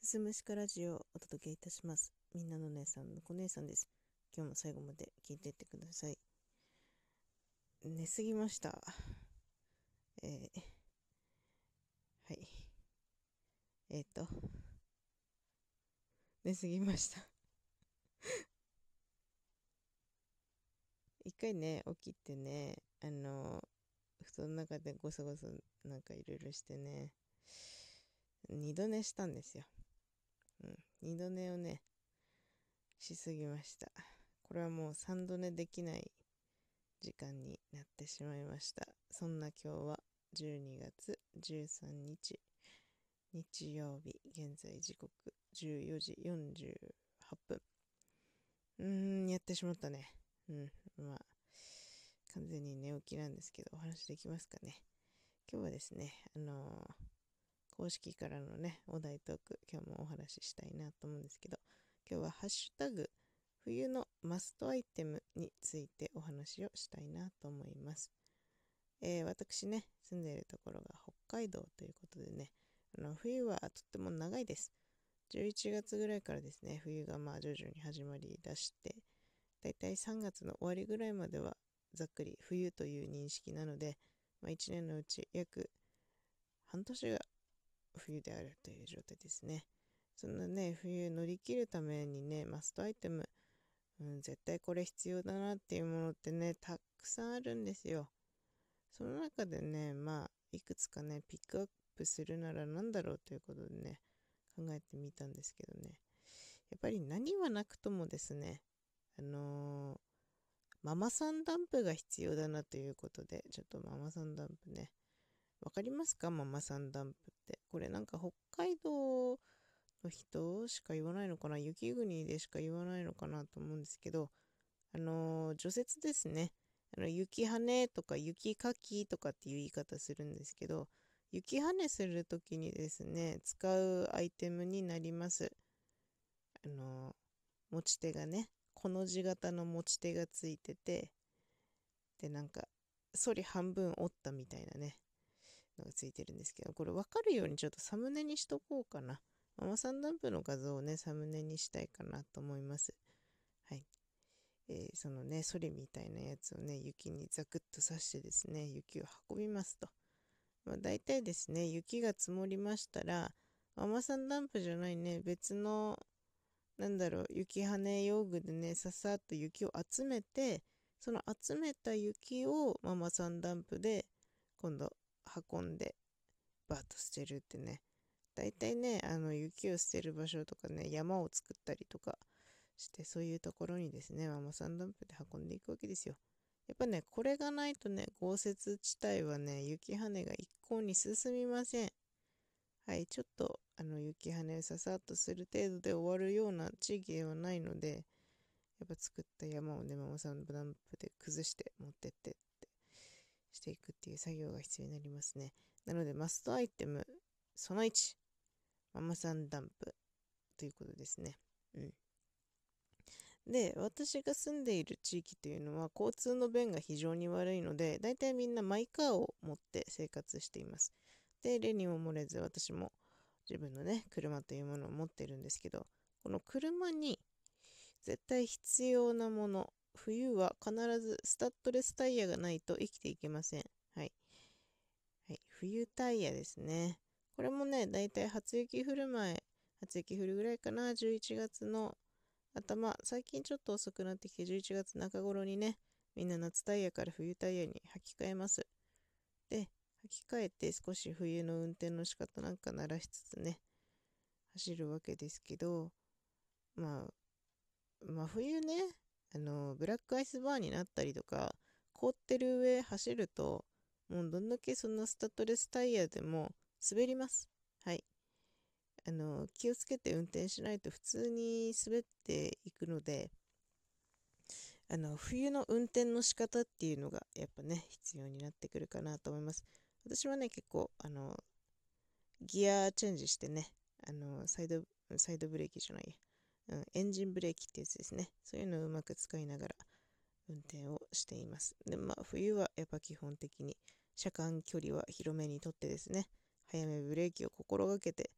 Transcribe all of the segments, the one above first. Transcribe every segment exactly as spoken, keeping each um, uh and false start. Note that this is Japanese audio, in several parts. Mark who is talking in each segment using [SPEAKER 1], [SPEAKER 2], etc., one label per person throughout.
[SPEAKER 1] すすむしかラジオをお届けいたします。みんなの姉さんの子姉さんです。今日も最後まで聞いていってください。寝すぎました。えー、はい。えっ、ー、と、寝すぎました。一回ね、起きてね、あの、布団の中でゴソゴソなんかいろいろしてね、二度寝したんですよ。うん。二度寝をね、しすぎました。これはもう三度寝できない時間になってしまいました。そんな今日はじゅうにがつじゅうさんにち日曜日、現在時刻じゅうよじよんじゅうはっぷん。うーん、やってしまったね。うん、まあ、完全に寝起きなんですけど、お話できますかね。今日はですね、あのー公式からのね、お題トーク、今日もお話ししたいなと思うんですけど、今日はハッシュタグ、冬のマストアイテムについてお話をしたいなと思います。えー私ね、住んでいるところが北海道ということでね、あの冬はとっても長いです。じゅういちがつぐらいからですね、冬がまあ徐々に始まりだして、だいたいさんがつの終わりぐらいまではざっくり冬という認識なので、まあ、いちねんのうち約半年が冬であるという状態ですね。そんなね、冬乗り切るためにね、マストアイテム、うん、絶対これ必要だなっていうものってね、たくさんあるんですよ。その中でね、まあ、いくつかね、ピックアップするなら何だろうということでね、考えてみたんですけどね。やっぱり何はなくともですね、あのーママさんダンプが必要だなということで、ちょっとママさんダンプね。わかりますか？ママさんダンプって。これなんか北海道の人しか言わないのかな、雪国でしか言わないのかなと思うんですけど、あのー除雪ですね。あの雪跳ねとか雪かきとかっていう言い方するんですけど、雪跳ねするときにですね、使うアイテムになります。あのー持ち手がね、この字型の持ち手がついてて、で、なんか、反り半分折ったみたいなね、のがついてるんですけど、これ分かるようにちょっとサムネにしとこうかな。ママさんダンプの画像をね、サムネにしたいかなと思います。はい。えーそのね、ソリみたいなやつをね、雪にザクッと刺してですね、雪を運びますと。まあ、大体ですね、雪が積もりましたら、ママさんダンプじゃないね、別の、なんだろう、雪跳ね用具でね、ささっと雪を集めて、その集めた雪をママさんダンプで今度運んでバーッと捨てるってね。大体ね、あの雪を捨てる場所とかね、山を作ったりとかして、そういうところにですね、ママさんダンプで運んでいくわけですよ。やっぱね、これがないとね、豪雪地帯はね、雪跳ねが一向に進みません。はい、ちょっと、あの、雪跳ねをささっとする程度で終わるような地域ではないので、やっぱ作った山をね、ママさんダンプで崩して持ってってってしていくっていう作業が必要になりますね。なので、マストアイテム、そのいち、ママさんダンプということですね。うん。で、私が住んでいる地域というのは交通の便が非常に悪いので、だいたいみんなマイカーを持って生活しています。で、例にも漏れず私も自分のね、車というものを持ってるんですけど、この車に絶対必要なもの、冬は必ずスタッドレスタイヤがないと生きていけません。はい。はい、冬タイヤですね。これもね、だいたい初雪降る前、初雪降るぐらいかな、じゅういちがつの頭、最近ちょっと遅くなってきてじゅういちがつ中頃にね、みんな夏タイヤから冬タイヤに履き替えます。で、履き替えて少し冬の運転の仕方なんか慣らしつつね、走るわけですけど、まあ、まあ冬ね、あの、ブラックアイスバーンになったりとか、凍ってる上走ると、もうどんだけそのスタッドレスタイヤでも滑ります。はい。あの、気をつけて運転しないと普通に滑っていくので、あの、冬の運転の仕方っていうのがやっぱね、必要になってくるかなと思います。私はね、結構、あの、ギアチェンジしてね、あの、サイド、サイドブレーキじゃないや、うん、エンジンブレーキってやつですね。そういうのをうまく使いながら運転をしています。で、まあ、冬はやっぱ基本的に車間距離は広めにとってですね、早めブレーキを心がけて、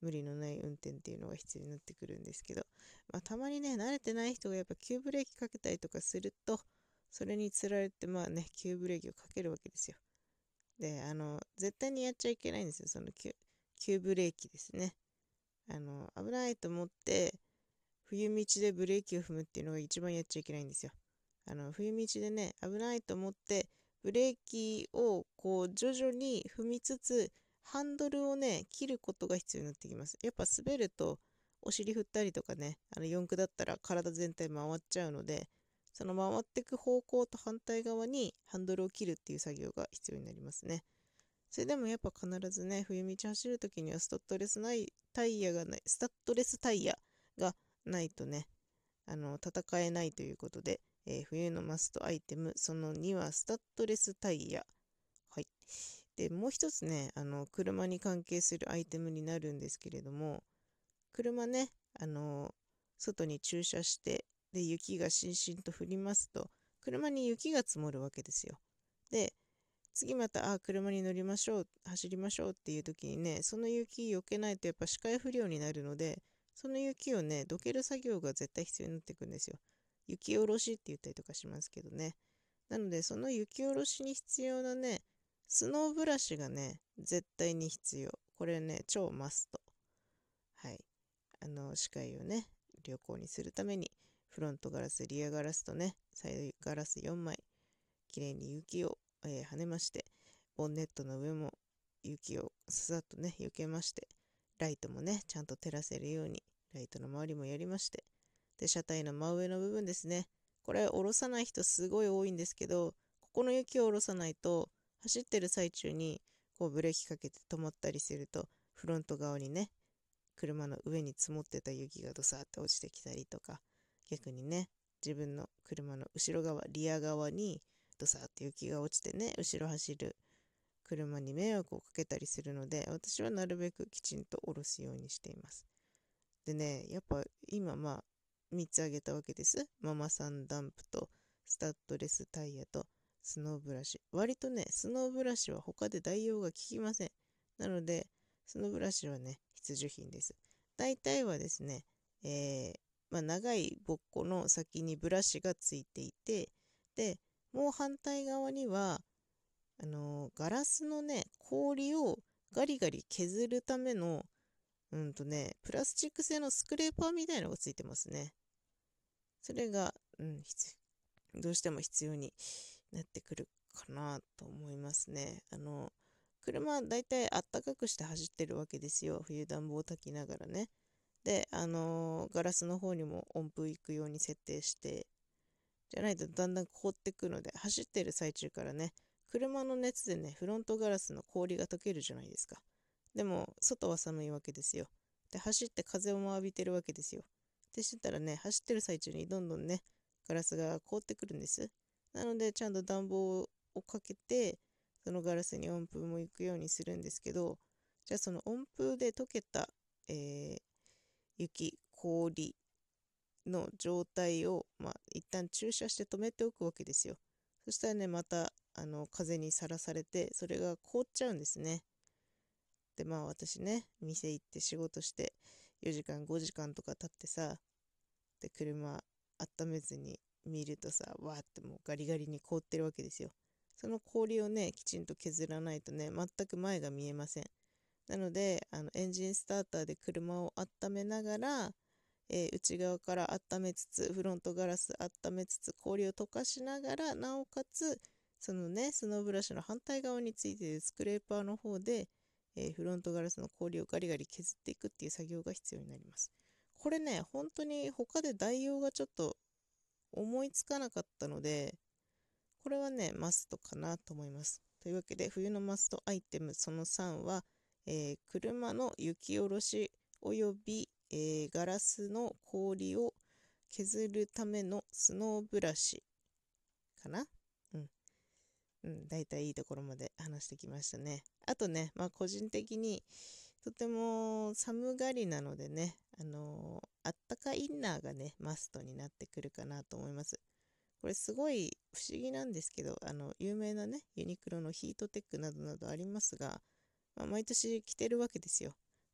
[SPEAKER 1] 無理のない運転っていうのが必要になってくるんですけど、まあ、たまにね、慣れてない人がやっぱ急ブレーキかけたりとかすると、それにつられて、まあね、急ブレーキをかけるわけですよ。で、あの、絶対にやっちゃいけないんですよ、その急、急ブレーキですね。あの、危ないと思って、冬道でブレーキを踏むっていうのが一番やっちゃいけないんですよ。あの、冬道でね、危ないと思って、ブレーキをこう徐々に踏みつつ、ハンドルをね、切ることが必要になってきます。やっぱ滑ると、お尻振ったりとかね、あの四駆だったら体全体回っちゃうので、その回ってく方向と反対側にハンドルを切るっていう作業が必要になりますね。それでもやっぱ必ずね、冬道走るときにはスタッドレスないタイヤがない、スタッドレスタイヤがないとね、あの、戦えないということで、えー冬のマストアイテム、そのにはスタッドレスタイヤ。はい。で、もう一つね、あの、車に関係するアイテムになるんですけれども、車ね、あの、外に駐車して、で、雪がしんしんと降りますと、車に雪が積もるわけですよ。で、次また、あ、車に乗りましょう、走りましょうっていう時にね、その雪避けないとやっぱ視界不良になるので、その雪をね、どける作業が絶対必要になってくるんですよ。雪下ろしって言ったりとかしますけどね。なので、その雪下ろしに必要なね、スノーブラシがね、絶対に必要。これね、超マスト。はい。あの、視界をね、良好にするために、フロントガラス、リアガラスとね、サイドガラスよんまい、きれいに雪を、えー跳ねまして、ボンネットの上も雪をささっとね、避けまして、ライトもね、ちゃんと照らせるように、ライトの周りもやりまして、で、車体の真上の部分ですね。これ、下ろさない人すごい多いんですけど、ここの雪を下ろさないと、走ってる最中に、こうブレーキかけて止まったりすると、フロント側にね、車の上に積もってた雪がドサーって落ちてきたりとか、逆にね、自分の車の後ろ側、リア側にドサーって雪が落ちてね、後ろ走る車に迷惑をかけたりするので、私はなるべくきちんと下ろすようにしています。でね、やっぱ今まあみっつあげたわけです。ママさんダンプとスタッドレスタイヤとスノーブラシ。割とね、スノーブラシは他で代用が効きません。なので、スノーブラシはね、必需品です。大体はですね、えーまあ、長いボッコの先にブラシがついていて、で、もう反対側には、あのーガラスのね、氷をガリガリ削るためのうんとね、プラスチック製のスクレーパーみたいのがついてますね。それが、うん、どうしても必要になってくるかなと思いますね。あの、車だいたいあったかくして走ってるわけですよ。冬暖房を焚きながらね。で、あのーガラスの方にも温風行くように設定して、じゃないとだんだん凍ってくので、走ってる最中からね、車の熱でね、フロントガラスの氷が溶けるじゃないですか。でも、外は寒いわけですよ。で、走って風をも浴びてるわけですよ。でしてたらね、走ってる最中にどんどんね、ガラスが凍ってくるんです。なので、ちゃんと暖房をかけて、そのガラスに温風も行くようにするんですけど、じゃあその温風で溶けた、えー雪、氷の状態を、まあ、一旦駐車して止めておくわけですよ。そしたらね、また、あの、風にさらされて、それが凍っちゃうんですね。で、まあ私ね、店行って仕事してよじかん、ごじかんとか経ってさ、で、車温めずに見るとさ、わーってもうガリガリに凍ってるわけですよ。その氷をね、きちんと削らないとね、全く前が見えません。なので、あのエンジンスターターで車を温めながら、えー内側から温めつつ、フロントガラス温めつつ、氷を溶かしながら、なおかつ、そのね、スノーブラシの反対側についているスクレーパーの方で、えーフロントガラスの氷をガリガリ削っていくっていう作業が必要になります。これね、本当に他で代用がちょっと思いつかなかったので、これはね、マストかなと思います。というわけで、冬のマストアイテムそのさんは、えー車の雪下ろしおよび、えーガラスの氷を削るためのスノーブラシかな。うん。うん、だいたいいいところまで話してきましたね。あとね、まあ個人的にとても寒がりなのでね、あのーあったかインナーがね、マストになってくるかなと思います。これすごい不思議なんですけど、あの、有名なね、ユニクロのヒートテックなどなどありますが、まあ、毎年着てるわけですよ。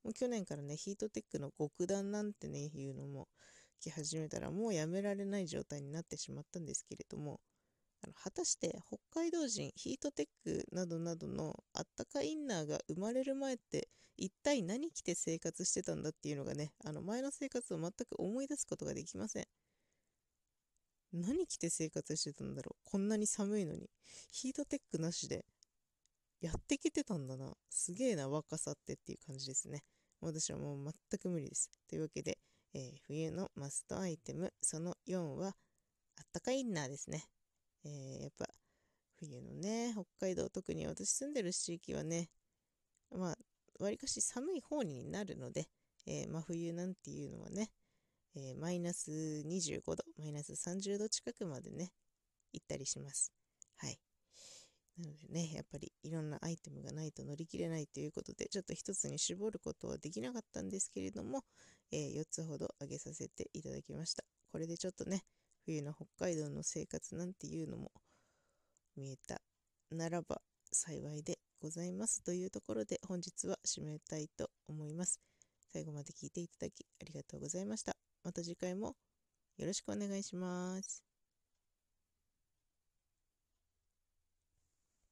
[SPEAKER 1] もう去年からね、ヒートテックの極暖なんてね、いうのも来始めたら、もうやめられない状態になってしまったんですけれども、あの果たして北海道人、ヒートテックなどなどのあったかインナーが生まれる前って一体何着て生活してたんだっていうのがね、あの前の生活を全く思い出すことができません。何着て生活してたんだろう。こんなに寒いのに。ヒートテックなしでやってきてたんだな。すげえな、若さってっていう感じですね。私はもう全く無理です。というわけで、えー冬のマストアイテムそのよんはあったかインナーですね。えーやっぱ冬のね、北海道、特に私住んでる地域はね、まあ、わりかし寒い方になるので、えー真冬なんていうのはね、えーマイナスにじゅうごど、マイナスさんじゅうど近くまでね、行ったりします。はい。なのでね、やっぱりいろんなアイテムがないと乗り切れないということで、ちょっと一つに絞ることはできなかったんですけれども、えーよっつほど挙げさせていただきました。これでちょっとね、冬の北海道の生活なんていうのも見えたならば幸いでございますというところで、本日は締めたいと思います。最後まで聞いていただきありがとうございました。また次回もよろしくお願いします。